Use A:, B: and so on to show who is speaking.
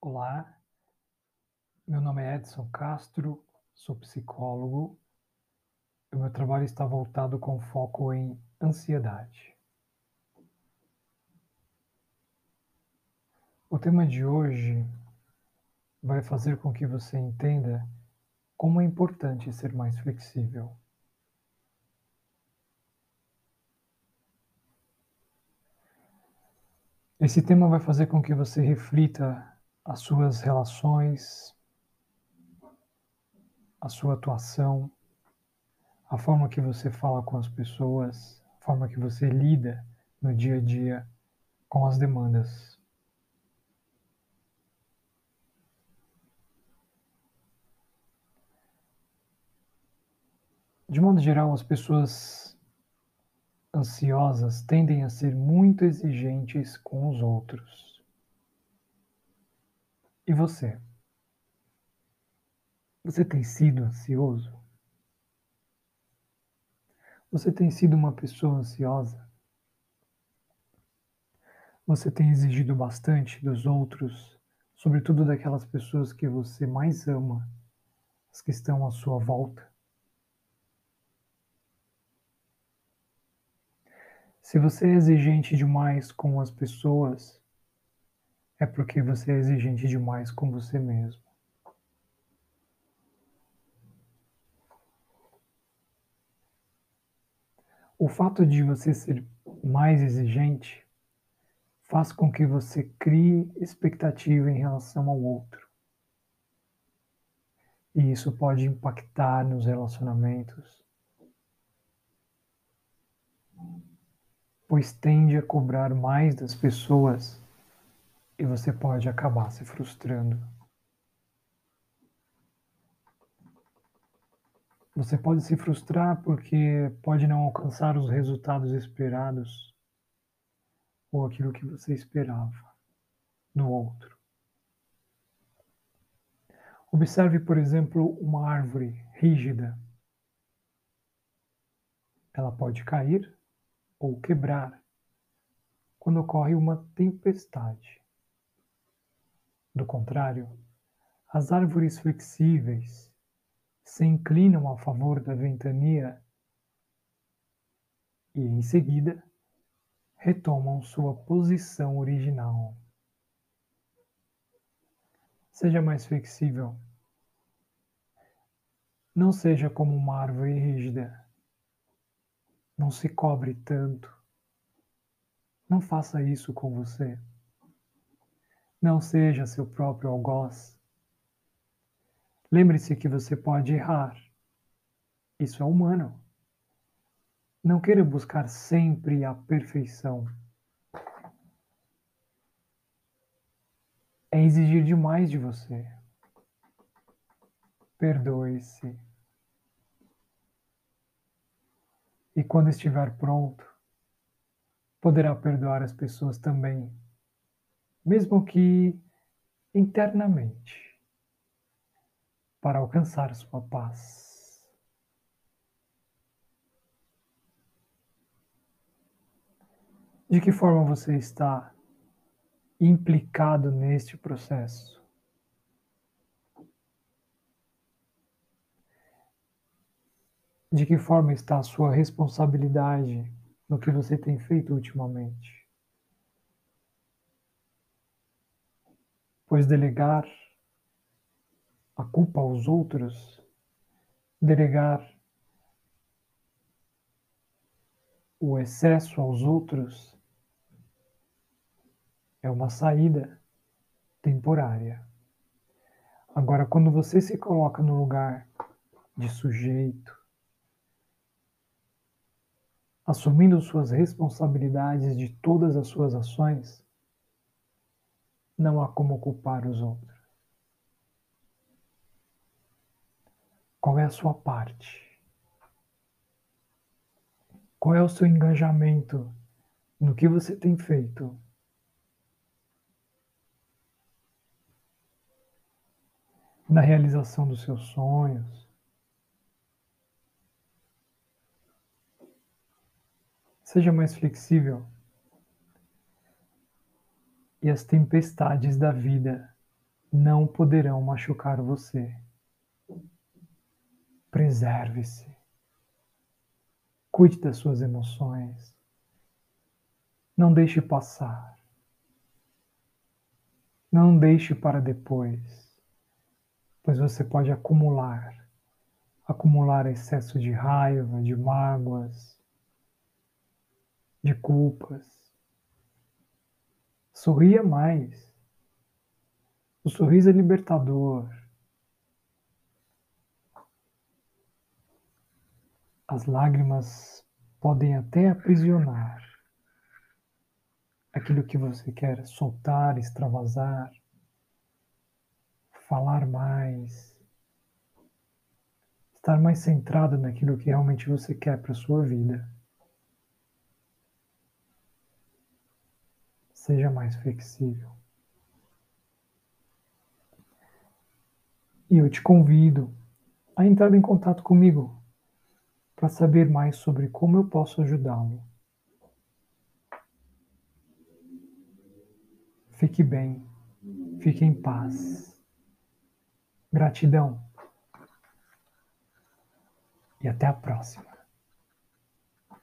A: Olá, meu nome é Edson Castro, sou psicólogo e o meu trabalho está voltado com foco em ansiedade. O tema de hoje vai fazer com que você entenda como é importante ser mais flexível. Esse tema vai fazer com que você reflita as suas relações, a sua atuação, a forma que você fala com as pessoas, a forma que você lida no dia a dia com as demandas. De modo geral, as pessoas ansiosas tendem a ser muito exigentes com os outros. E você? Você tem sido ansioso? Você tem sido uma pessoa ansiosa? Você tem exigido bastante dos outros, sobretudo daquelas pessoas que você mais ama, as que estão à sua volta? Se você é exigente demais com as pessoas, é porque você é exigente demais com você mesmo. O fato de você ser mais exigente faz com que você crie expectativa em relação ao outro. E isso pode impactar nos relacionamentos, pois tende a cobrar mais das pessoas e você pode acabar se frustrando. Você pode se frustrar porque pode não alcançar os resultados esperados ou aquilo que você esperava do outro. Observe, por exemplo, uma árvore rígida. Ela pode cair ou quebrar quando ocorre uma tempestade. Do contrário, as árvores flexíveis se inclinam a favor da ventania e, em seguida, retomam sua posição original. Seja mais flexível. Não seja como uma árvore rígida. Não se cobre tanto. Não faça isso com você. Não seja seu próprio algoz. Lembre-se que você pode errar. Isso é humano. Não queira buscar sempre a perfeição. É exigir demais de você. Perdoe-se. E quando estiver pronto, poderá perdoar as pessoas também, mesmo que internamente, para alcançar sua paz. De que forma você está implicado neste processo? De que forma está a sua responsabilidade no que você tem feito ultimamente? Pois delegar a culpa aos outros, delegar o excesso aos outros, é uma saída temporária. Agora, quando você se coloca no lugar de sujeito, assumindo suas responsabilidades de todas as suas ações, não há como culpar os outros. Qual é a sua parte? Qual é o seu engajamento no que você tem feito? Na realização dos seus sonhos? Seja mais flexível. E as tempestades da vida não poderão machucar você. Preserve-se. Cuide das suas emoções. Não deixe passar. Não deixe para depois, pois você pode acumular excesso de raiva, de mágoas, de culpas. Sorria mais. O sorriso é libertador. As lágrimas podem até aprisionar aquilo que você quer soltar, extravasar, falar mais, estar mais centrado naquilo que realmente você quer para a sua vida. Seja mais flexível. E eu te convido a entrar em contato comigo para saber mais sobre como eu posso ajudá-lo. Fique bem, fique em paz. Gratidão e até a próxima.